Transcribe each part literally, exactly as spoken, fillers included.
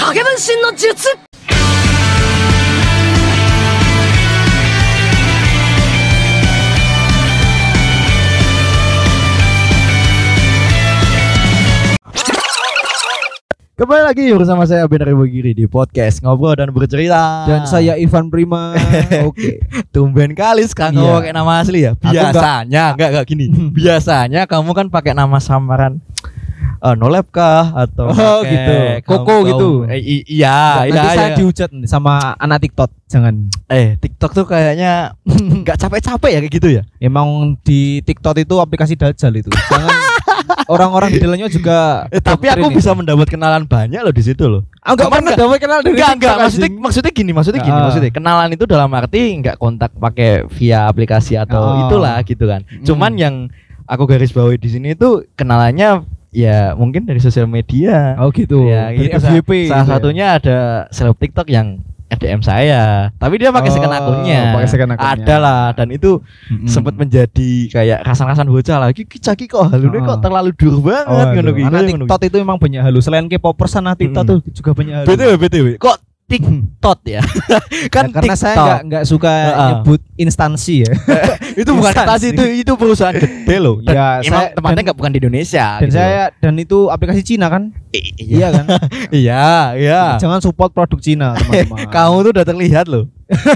影分身の術 Kembali lagi bersama saya Benar Ibu Giri di podcast Ngobrol dan Bercerita. Dan saya Ivan Prima. Oke. Tumben kali sekarang Iya. kamu pakai nama asli ya. Aku Biasanya enggak enggak gini. Biasanya kamu kan pakai nama samaran uh, Nolep kah atau Oh, pakai gitu. kaum- Koko gitu. kaum- Eh, i- iya, Nanti iya, saya iya. dihujat nih sama anak TikTok. Jangan. Eh, TikTok tuh kayaknya enggak capek-capek ya kayak gitu ya. Emang di TikTok itu aplikasi dajal itu. Jangan orang-orang di dalamnya juga. Eh, tapi aku doktrin bisa itu. mendapat kenalan banyak loh di situ loh. Ah, enggak Cuman pernah enggak- dapat kenal dari Enggak, enggak, TikTok, maksudnya anjing. maksudnya gini, maksudnya gini, Ah. maksudnya kenalan itu dalam arti enggak kontak pakai via aplikasi atau Oh. itulah gitu kan. Mm. Cuman yang aku garis bawahi di sini itu kenalannya ya mungkin dari sosial media. Oh gitu. Ya, Dari gitu. F Y P. Salah gitu ya. satunya ada seleb TikTok yang D M saya. Tapi dia pakai Oh, second akunnya. pakai second akunnya. Ada lah, dan itu Mm-mm. sempat menjadi kayak rasan-rasan bocah lagi kicaki kok halune Oh. kok terlalu dur banget Oh, ngono aduh. ki. Anak Ngono ki. TikTok itu emang banyak halus. Selain K-popers anak TikTok Mm-mm. tuh juga banyak halus. B T W B T W kok TikTok ya? Kan Ya, karena saya TikTok. enggak enggak suka Heeh. nyebut instansi ya. Itu bukan Instansi. instansi, itu itu perusahaan gede loh. Dan Ya, emang saya- tempatnya dan- nggak bukan di Indonesia. Dan gitu. saya dan itu aplikasi Cina kan? I- Iya kan? Iya, iya. Jangan support produk Cina, teman-teman. Kamu tuh udah terlihat loh.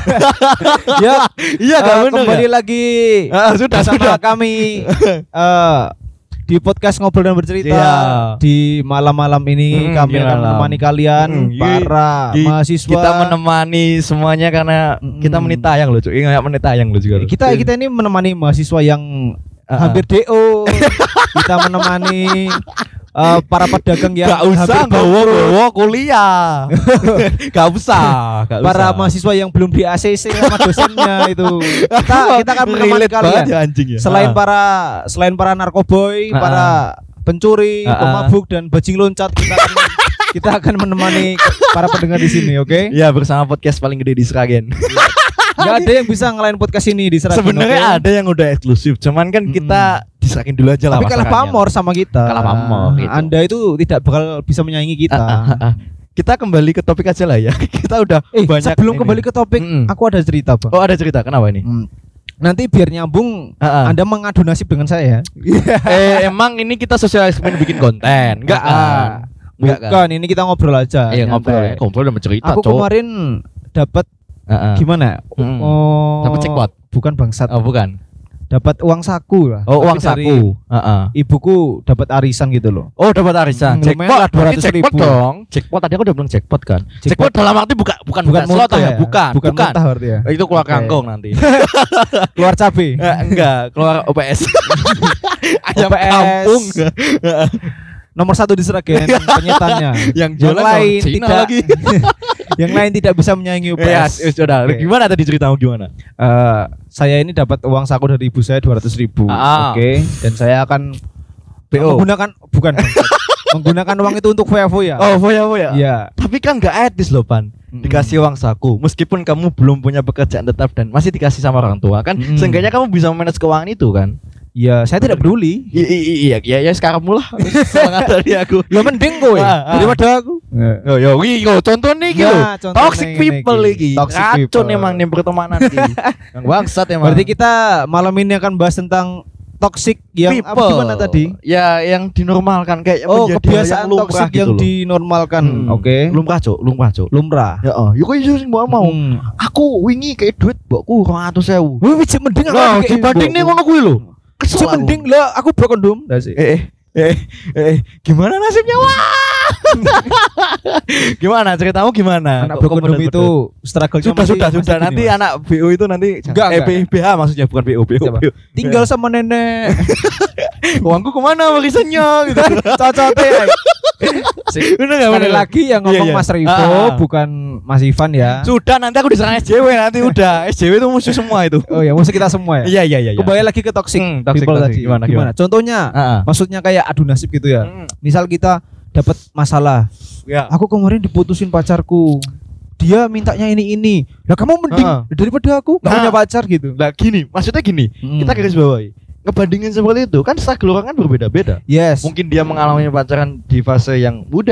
ya, Iya, eh, kamu bener kembali nggak? lagi Ah, sudah bersama sudah. kami eh, di podcast Ngobrol dan Bercerita. Iya. Di malam-malam ini Hmm, kami di akan malam. menemani kalian Hmm, para Di- mahasiswa. Kita menemani semuanya karena Mm-mm. kita menit tayang loh, cuy. Ingat menit tayang loh juga. loh. kita kita ini menemani mahasiswa yang Ah, hampir D O. Kita menemani eh, para pedagang yang Gak usah hampir bangkrut. bawa-bawa kuliah. Gak usah, gak Para usah. mahasiswa yang belum di A C C sama dosennya itu. Kita kita akan menemani Relate banget kalian. ya, anjing ya. Selain Ah. para selain para narkoboy, Ah, para pencuri, Ah, ah. pemabuk dan bajing loncat, kita akan kita akan menemani para pendengar di sini, oke? Iya, bersama podcast paling gede di Sragen. Gak ada yang bisa ngelain podcast ini di Seragen. Sebenarnya oke? ada yang udah eksklusif, cuman kan kita diserakin dulu aja lah. Tapi kalah masakannya. pamor sama kita. Kalah pamor, gitu. Anda itu tidak bakal bisa menyaingi kita. Ah, ah, ah, ah. Kita kembali ke topik aja lah ya. Kita udah Eh, banyak. sebelum ini. kembali ke topik, Mm-mm. aku ada cerita, Bang. Oh, ada cerita. Kenapa ini? Hmm. Nanti biar nyambung, Ah, ah. Anda mengadu nasib dengan saya. eh, emang ini kita sosial eksperimen bikin konten? Enggak Ah, kan? Enggak kan? Bukan, ini kita ngobrol aja. Iya, ngobrol, nyantai. ngobrol dan bercerita, Aku Cok. kemarin dapat Heeh. gimana? Mm-mm. Oh, Dapat jackpot? Bukan bangsat. Oh, bukan. Dapat uang saku lah. Oh, Tapi uang dari saku. Heeh. Ibuku dapat arisan gitu loh. Oh, dapat arisan. Hmm, lumayan Jackpot lah, berarti dua ratus jackpot ribu. dong. Jackpot tadi aku udah bilang jackpot kan. Jackpot, Jackpot. dalam arti bukan bukan bukan slot muntah ya, bukan. Bukan, muntah berarti ya. Itu keluar Oke. kangkung nanti. Keluar cabe. Eh, enggak, keluar O P S. Ayam O P S. kampung. Nomor satu di Seragen penyetannya. Yang Yang jualan orang lain Cina tidak lagi. yang lain tidak bisa menyaingi O P Ya, S. sudah. Oke. Gimana tadi ceritamu gimana? Eh, saya ini dapat uang saku dari ibu saya dua ratus ribu. Ah. Oke, dan saya akan P O. menggunakan bukan menggunakan uang itu untuk foya-foya. Oh, foya foya. Iya. Tapi kan nggak etis loh, Pan. Mm-mm. Dikasih uang saku, meskipun kamu belum punya pekerjaan tetap dan masih dikasih sama orang tua kan, Mm-mm. seenggaknya kamu bisa manage keuangan itu kan. Iya, saya tidak peduli. I- i- i- Iya, iya, ya sekarang mula semangat dari aku. Lo mending kowe Ah, ah. daripada aku. Yo yo, wi yo contoh nih gitu. Nah, contoh Toxic nih, people nih, lagi. toxic Racun people. emang nih pertemanan iki. Yang bangsat emang. Berarti kita malam ini akan bahas tentang toxic yang apa people. gimana tadi? Ya, yang dinormalkan kayak Oh, menjadi hal kebiasaan yang lumrah toksik gitu yang loh. dinormalkan. Hmm. Oke. Lumrah, Cuk, lumrah, Cuk. Lumrah. Ya, oh, yo kok iso sing mbok mau. Hmm. Aku wingi kayak duit mbokku dua ratus ribu. Wih, wih, mending aku Lah, pakai dibanding nih ibu. ngono kuwi lho. Kesel Cik, aku. mending lah aku bawa kondom. Dah sih. Eh, eh, eh, eh, gimana nasibnya? Wah. Gimana ceritamu gimana? Anak Kok bawa kondom kok itu struggle-nya sudah masih- sudah masih sudah gini, nanti Mas. anak B O itu nanti Enggak, eh enggak. B H maksudnya bukan B O B O Siapa? B O. Tinggal sama nenek. Uangku kemana warisannya gitu. Cocoknya. Bener enggak Sekali lagi yang ngomong Iya, iya. Mas Rivo Ah, ah. bukan Mas Ivan ya. Sudah nanti aku diserang S J W nanti udah. S J W itu musuh semua itu. Oh ya, musuh kita semua ya. Iya iya iya. iya. Kembali lagi ke toxic Hmm, toxic, people toxic. tadi. Gimana, gimana? Contohnya, Ah, ah. maksudnya kayak adu nasib gitu ya. Hmm. Misal kita dapat masalah. Ya. Aku kemarin diputusin pacarku. Dia mintanya ini ini. Lah kamu mending Ah. daripada aku nggak Nah. punya pacar gitu. Nah gini, maksudnya gini, Hmm. kita garis bawahi. Ngebandingin seperti itu kan struggle orang kan berbeda-beda. Yes. Mungkin dia mengalami pacaran di fase yang mudah,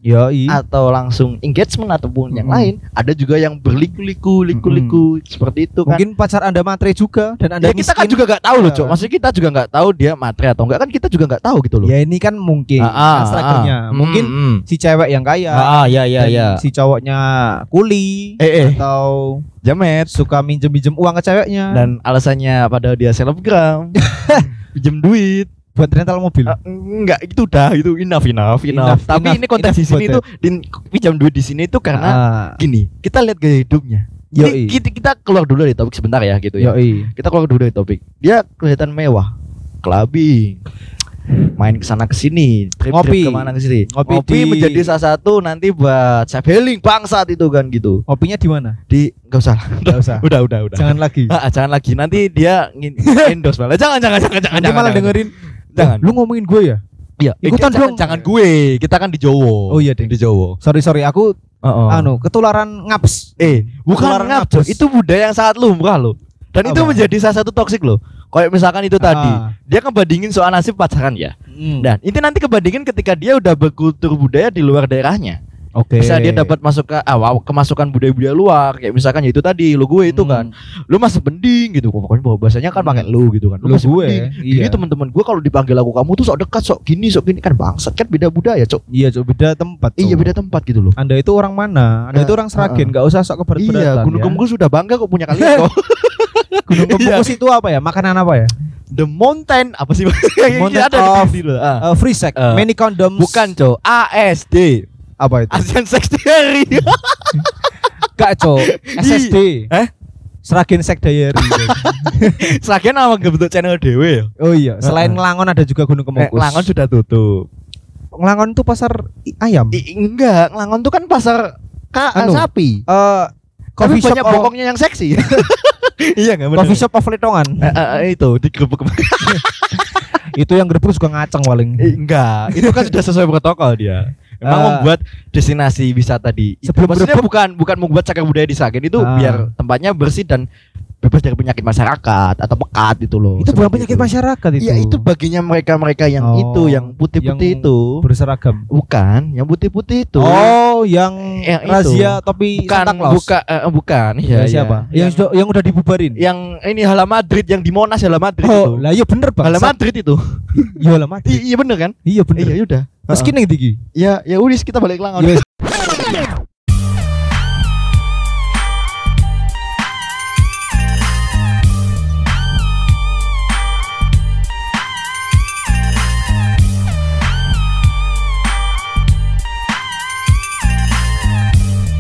Yoi. atau langsung engagement ataupun yang Mm-mm. lain. Ada juga yang berliku-liku, liku-liku seperti itu kan. Mungkin pacar Anda matre juga dan Anda Ya kita kan miskin. juga nggak tahu loh, Ya. Cok. Maksudnya kita juga nggak tahu dia matre atau enggak kan kita juga nggak tahu gitu loh. Ya ini kan mungkin Ah, ah, kan struggle-nya. ah. Mungkin Mm, mm. si cewek yang kaya, Ah, ah, ya ya dan ya. si cowoknya kuli Eh, eh. atau Jamet suka minjem-minjem uang ke ceweknya dan alasannya pada dia selebgram. Pinjem duit. buat rental mobil. Ah, enggak, itu udah itu enough enough enough. Enough, Tapi enough, ini konteks di enough sini buat tuh din, pinjam duit di sini tuh karena Ah, gini, kita lihat gaya hidupnya. Yoi. Ini kita, kita keluar dulu dari topik sebentar ya gitu ya. yoi. Kita keluar dulu dari topik. Dia kelihatan mewah, clubbing, main kesana kesini, trip Ngopi. trip kemana kesini. Ngopi Ngopi di- menjadi salah satu nanti buat self healing bangsat itu kan gitu. Kopinya di mana? Di nggak usah, Enggak usah. udah udah udah. Jangan lagi. Ah, jangan lagi. Nanti dia ngin- endorse malah. Jangan jangan jangan jangan. Nanti jangan, malah jangan. dengerin. Jangan. "Eh, lu ngomongin gue ya? Iya, Ikutan eh, jangan, dong. jangan gue. Kita kan di Jowo. Oh iya, Ding. di Jowo. Sorry sorry aku Heeh. anu ketularan ngaps. Eh, bukan Ketularan ngap, ngapus. itu budaya yang sangat lumrah loh. Dan itu Apa? menjadi salah satu toksik loh. Kayak misalkan itu tadi, Ah. dia ngebandingin soal nasib pacaran ya. Hmm. Dan itu nanti kebandingin ketika dia udah berkultur budaya di luar daerahnya. Oke. Bisa dia dapat masuk ke ah, wow, kemasukan budaya-budaya luar, kayak misalkan ya itu tadi lu gue itu Hmm. kan. Lu masih mending gitu. Pokoknya bawa bahasanya kan pakai lu gitu kan. Lu masih gue, mending. Gini iya. teman-teman gue kalau dipanggil aku kamu tuh sok dekat, sok gini, sok gini kan bangsat kan beda budaya, Cok. Iya, Cok, beda tempat. Cok. Iya beda tempat gitu loh. Anda itu orang mana? Anda Eh, itu orang Sragen, eh, enggak usah sok keberat-beratan. Iya, Gunung ya. Kemungkus sudah bangga kok punya kalian kok. Gunung Iya. Kemungkus itu apa ya? Makanan apa ya? The Mountain apa sih? Mountain Ada of- di sini loh. Ah. Uh, free sex, Eh, many condoms. Bukan, Cok. A S D. Apa itu? Asian Sex Diary. Enggak, Cok. S S D. Eh? Sragen Sex Diary. Seragen nama bentuk channel dewe ya. Oh iya, selain Eh, eh. Ngelangon ada juga Gunung Eh, Kemungkus. Ngelangon sudah tutup. Ngelangon itu pasar i- ayam. I, enggak, Ngelangon tuh kan pasar ka, Anu, sapi. Eh, Tapi coffee shop banyak of- bokongnya yang seksi. Iya enggak benar. Coffee shop of Letongan. Eh, eh, eh, itu digerebek. Itu yang gerebek juga ngaceng paling. Eh, enggak, itu kan sudah sesuai protokol dia. Memang Eh, membuat destinasi wisata di itu. sebelum Maksudnya gerebek- bukan bukan membuat cagar budaya di Sragen itu Ah. biar tempatnya bersih dan bebas dari penyakit masyarakat atau pekat itu loh. Itu bukan Seperti penyakit itu. masyarakat itu. Iya, itu baginya mereka-mereka yang Oh, itu, yang putih-putih yang itu. berseragam. Bukan, yang putih-putih itu. Oh, yang, Yang itu. razia topi bukan, Santa Claus. buka, eh, bukan. Iya, Ya, iya. siapa? Yang, sudah yang udah dibubarin. yang ini Hala Madrid yang di Monas Hala Madrid Oh, itu. lah iya bener Bang. Hala Madrid itu. Iya lah Madrid. I- iya bener kan? Iya bener. Iya udah. Meski ning Diki. Ya ya udah kita balik Langon. Yes.